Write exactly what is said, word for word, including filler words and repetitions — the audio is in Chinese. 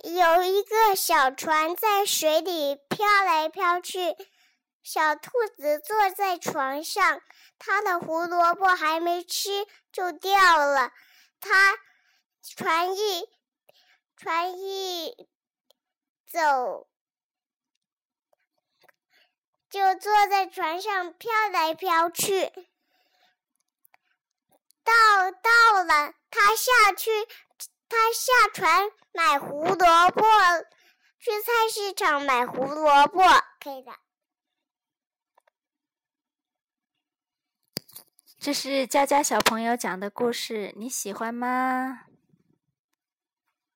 有一个小船在水里飘来飘去，小兔子坐在床上，它的胡萝卜还没吃就掉了。它船一船一走，就坐在船上飘来飘去。到到了，它下去，它下船买胡萝卜，去菜市场买胡萝卜，可以的。 这是佳佳小朋友讲的故事，你喜欢吗？